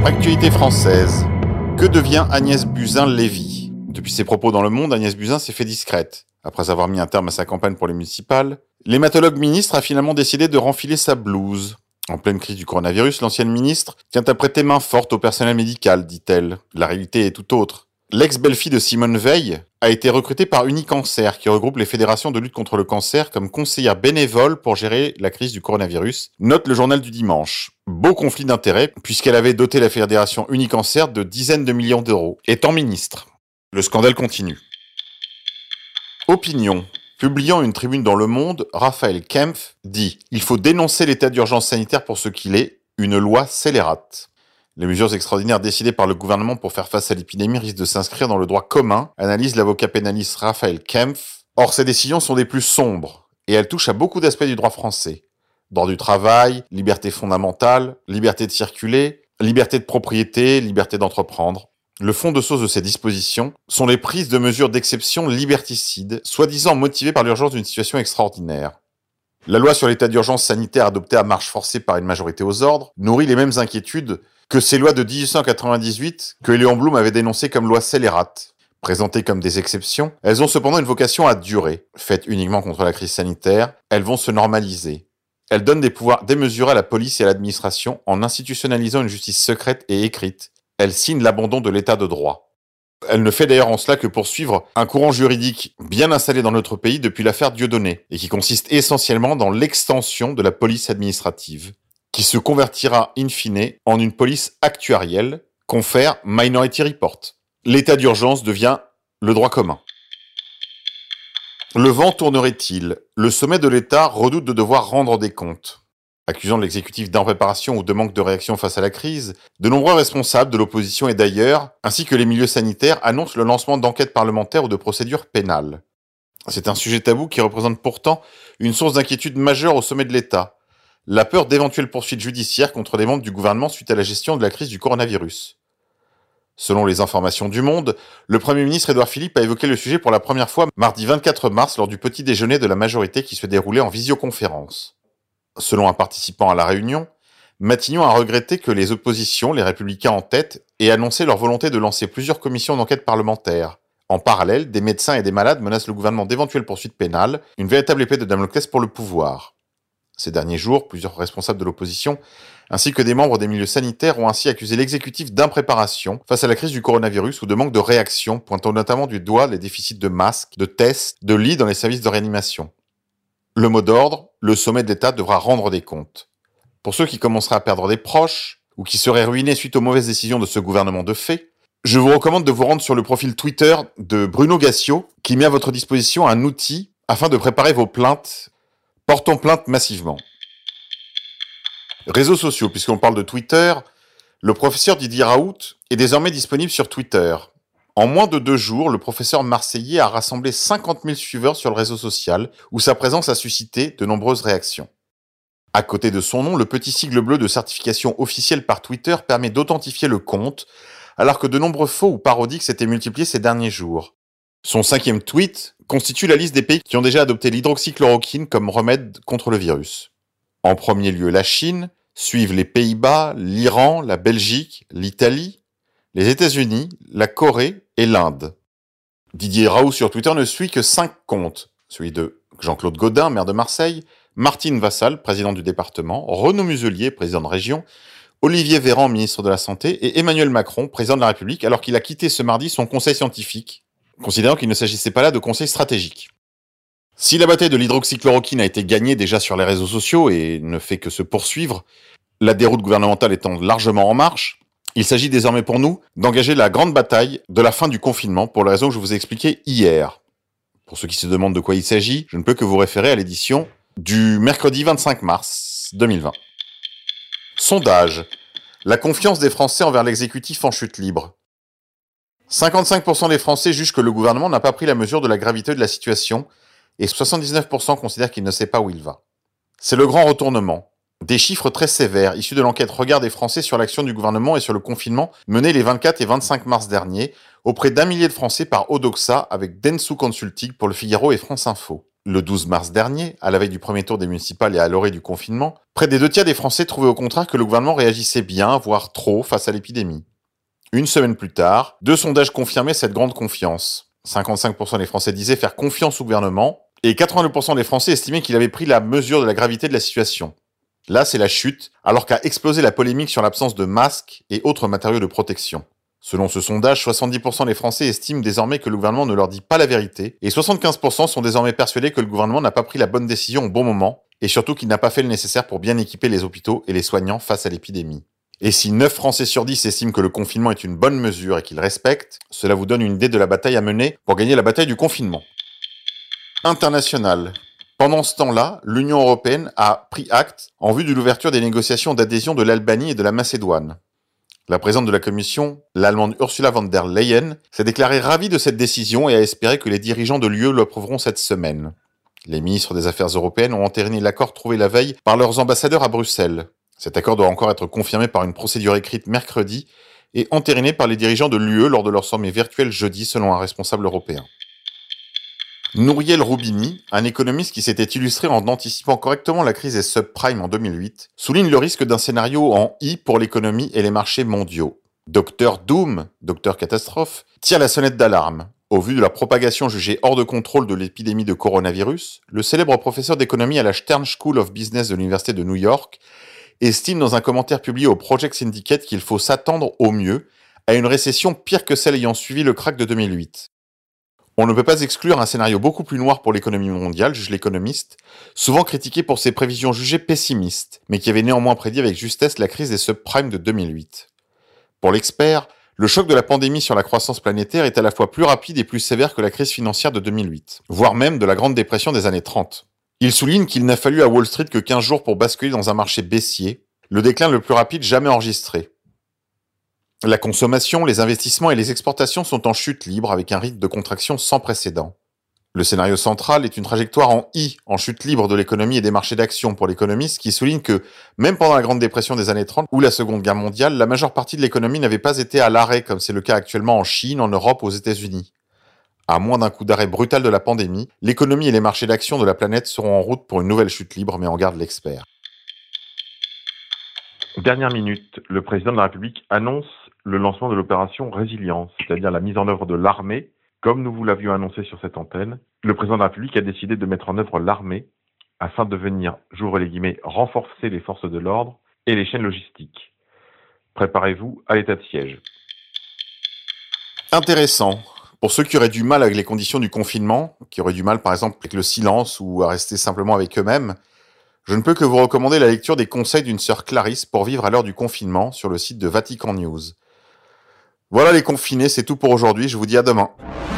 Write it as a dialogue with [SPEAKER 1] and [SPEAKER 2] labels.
[SPEAKER 1] Actualité française. Que devient Agnès Buzyn-Lévy ? Depuis ses propos dans Le Monde, Agnès Buzyn s'est fait discrète. Après avoir mis un terme à sa campagne pour les municipales, l'hématologue ministre a finalement décidé de renfiler sa blouse. En pleine crise du coronavirus, l'ancienne ministre tient à prêter main forte au personnel médical, dit-elle. La réalité est tout autre. L'ex-belle-fille de Simone Veil a été recrutée par Unicancer, qui regroupe les fédérations de lutte contre le cancer, comme conseillère bénévole pour gérer la crise du coronavirus, note le journal du dimanche. Beau conflit d'intérêts, puisqu'elle avait doté la fédération Unicancer de dizaines de millions d'euros, étant ministre. Le scandale continue. Opinion. Publiant une tribune dans Le Monde, Raphaël Kempf dit « Il faut dénoncer l'état d'urgence sanitaire pour ce qu'il est, une loi scélérate ». Les mesures extraordinaires décidées par le gouvernement pour faire face à l'épidémie risquent de s'inscrire dans le droit commun, analyse l'avocat pénaliste Raphaël Kempf. Or, ces décisions sont des plus sombres, et elles touchent à beaucoup d'aspects du droit français. Droit du travail, liberté fondamentale, liberté de circuler, liberté de propriété, liberté d'entreprendre. Le fond de sauce de ces dispositions sont les prises de mesures d'exception liberticides, soi-disant motivées par l'urgence d'une situation extraordinaire. La loi sur l'état d'urgence sanitaire adoptée à marche forcée par une majorité aux ordres nourrit les mêmes inquiétudes que ces lois de 1898 que Léon Blum avait dénoncées comme lois scélérates. Présentées comme des exceptions, elles ont cependant une vocation à durer. Faites uniquement contre la crise sanitaire, elles vont se normaliser. Elles donnent des pouvoirs démesurés à la police et à l'administration en institutionnalisant une justice secrète et écrite. Elles signent l'abandon de l'état de droit. Elle ne fait d'ailleurs en cela que poursuivre un courant juridique bien installé dans notre pays depuis l'affaire Dieudonné, et qui consiste essentiellement dans l'extension de la police administrative, qui se convertira in fine en une police actuarielle, confère Minority Report. L'état d'urgence devient le droit commun. Le vent tournerait-il ? Le sommet de l'État redoute de devoir rendre des comptes. Accusant l'exécutif d'impréparation ou de manque de réaction face à la crise, de nombreux responsables de l'opposition et d'ailleurs, ainsi que les milieux sanitaires, annoncent le lancement d'enquêtes parlementaires ou de procédures pénales. C'est un sujet tabou qui représente pourtant une source d'inquiétude majeure au sommet de l'État. La peur d'éventuelles poursuites judiciaires contre des membres du gouvernement suite à la gestion de la crise du coronavirus. Selon les informations du Monde, le Premier ministre Édouard Philippe a évoqué le sujet pour la première fois mardi 24 mars lors du petit déjeuner de la majorité qui se déroulait en visioconférence. Selon un participant à la réunion, Matignon a regretté que les oppositions, les Républicains en tête, aient annoncé leur volonté de lancer plusieurs commissions d'enquête parlementaires. En parallèle, des médecins et des malades menacent le gouvernement d'éventuelles poursuites pénales, une véritable épée de Damoclès pour le pouvoir. Ces derniers jours, plusieurs responsables de l'opposition, ainsi que des membres des milieux sanitaires, ont ainsi accusé l'exécutif d'impréparation face à la crise du coronavirus ou de manque de réaction, pointant notamment du doigt les déficits de masques, de tests, de lits dans les services de réanimation. Le mot d'ordre, le sommet de l'État devra rendre des comptes. Pour ceux qui commenceraient à perdre des proches, ou qui seraient ruinés suite aux mauvaises décisions de ce gouvernement de fait, je vous recommande de vous rendre sur le profil Twitter de Bruno Gassio, qui met à votre disposition un outil afin de préparer vos plaintes. Portons plainte massivement. Réseaux sociaux, puisqu'on parle de Twitter, le professeur Didier Raoult est désormais disponible sur Twitter. En moins de 2 jours, le professeur marseillais a rassemblé 50 000 suiveurs sur le réseau social, où sa présence a suscité de nombreuses réactions. À côté de son nom, le petit sigle bleu de certification officielle par Twitter permet d'authentifier le compte, alors que de nombreux faux ou parodiques s'étaient multipliés ces derniers jours. Son 5e tweet constitue la liste des pays qui ont déjà adopté l'hydroxychloroquine comme remède contre le virus. En premier lieu, la Chine, suivent les Pays-Bas, l'Iran, la Belgique, l'Italie, les États-Unis, la Corée et l'Inde. Didier Raoult sur Twitter ne suit que 5 comptes, celui de Jean-Claude Gaudin, maire de Marseille, Martine Vassal, président du département, Renaud Muselier, président de région, Olivier Véran, ministre de la Santé, et Emmanuel Macron, président de la République, alors qu'il a quitté ce mardi son conseil scientifique, considérant qu'il ne s'agissait pas là de conseil stratégique. Si la bataille de l'hydroxychloroquine a été gagnée déjà sur les réseaux sociaux et ne fait que se poursuivre, la déroute gouvernementale étant largement en marche, il s'agit désormais pour nous d'engager la grande bataille de la fin du confinement pour les raisons que je vous ai expliquées hier. Pour ceux qui se demandent de quoi il s'agit, je ne peux que vous référer à l'édition du mercredi 25 mars 2020. Sondage. La confiance des Français envers l'exécutif en chute libre. 55% des Français jugent que le gouvernement n'a pas pris la mesure de la gravité de la situation et 79% considèrent qu'il ne sait pas où il va. C'est le grand retournement. Des chiffres très sévères issus de l'enquête Regard des Français sur l'action du gouvernement et sur le confinement menée les 24 et 25 mars dernier auprès d'1 millier de Français par Odoxa avec Dentsu Consulting pour Le Figaro et France Info. Le 12 mars dernier, à la veille du premier tour des municipales et à l'orée du confinement, près des 2 tiers des Français trouvaient au contraire que le gouvernement réagissait bien, voire trop, face à l'épidémie. Une semaine plus tard, 2 sondages confirmaient cette grande confiance. 55% des Français disaient faire confiance au gouvernement et 82% des Français estimaient qu'il avait pris la mesure de la gravité de la situation. Là, c'est la chute, alors qu'a explosé la polémique sur l'absence de masques et autres matériaux de protection. Selon ce sondage, 70% des Français estiment désormais que le gouvernement ne leur dit pas la vérité et 75% sont désormais persuadés que le gouvernement n'a pas pris la bonne décision au bon moment et surtout qu'il n'a pas fait le nécessaire pour bien équiper les hôpitaux et les soignants face à l'épidémie. Et si 9 Français sur 10 estiment que le confinement est une bonne mesure et qu'ils respectent, cela vous donne une idée de la bataille à mener pour gagner la bataille du confinement. International. Pendant ce temps-là, l'Union européenne a pris acte en vue de l'ouverture des négociations d'adhésion de l'Albanie et de la Macédoine. La présidente de la Commission, l'Allemande Ursula von der Leyen, s'est déclarée ravie de cette décision et a espéré que les dirigeants de l'UE l'approuveront cette semaine. Les ministres des Affaires européennes ont entériné l'accord trouvé la veille par leurs ambassadeurs à Bruxelles. Cet accord doit encore être confirmé par une procédure écrite mercredi et entériné par les dirigeants de l'UE lors de leur sommet virtuel jeudi, selon un responsable européen. Nouriel Roubini, un économiste qui s'était illustré en anticipant correctement la crise des subprimes en 2008, souligne le risque d'un scénario en I pour l'économie et les marchés mondiaux. Dr Doom, Docteur Catastrophe, tire la sonnette d'alarme. Au vu de la propagation jugée hors de contrôle de l'épidémie de coronavirus, le célèbre professeur d'économie à la Stern School of Business de l'Université de New York estime dans un commentaire publié au Project Syndicate qu'il faut s'attendre au mieux à une récession pire que celle ayant suivi le krach de 2008. On ne peut pas exclure un scénario beaucoup plus noir pour l'économie mondiale, juge l'économiste, souvent critiqué pour ses prévisions jugées pessimistes, mais qui avait néanmoins prédit avec justesse la crise des subprimes de 2008. Pour l'expert, le choc de la pandémie sur la croissance planétaire est à la fois plus rapide et plus sévère que la crise financière de 2008, voire même de la Grande Dépression des années 30. Il souligne qu'il n'a fallu à Wall Street que 15 jours pour basculer dans un marché baissier, le déclin le plus rapide jamais enregistré. La consommation, les investissements et les exportations sont en chute libre avec un rythme de contraction sans précédent. Le scénario central est une trajectoire en I, en chute libre de l'économie et des marchés d'actions pour l'économiste qui souligne que, même pendant la Grande Dépression des années 30 ou la Seconde Guerre mondiale, la majeure partie de l'économie n'avait pas été à l'arrêt comme c'est le cas actuellement en Chine, en Europe, aux États-Unis. À moins d'un coup d'arrêt brutal de la pandémie, l'économie et les marchés d'actions de la planète seront en route pour une nouvelle chute libre, mais en garde l'expert.
[SPEAKER 2] Dernière minute, le président de la République annonce le lancement de l'opération Résilience, c'est-à-dire la mise en œuvre de l'armée, comme nous vous l'avions annoncé sur cette antenne. Le président de la République a décidé de mettre en œuvre l'armée afin de venir, j'ouvre les guillemets, renforcer les forces de l'ordre et les chaînes logistiques. Préparez-vous à l'état de siège.
[SPEAKER 1] Intéressant. Pour ceux qui auraient du mal avec les conditions du confinement, qui auraient du mal par exemple avec le silence ou à rester simplement avec eux-mêmes, je ne peux que vous recommander la lecture des conseils d'une sœur Clarisse pour vivre à l'heure du confinement sur le site de Vatican News. Voilà les confinés, c'est tout pour aujourd'hui, je vous dis à demain.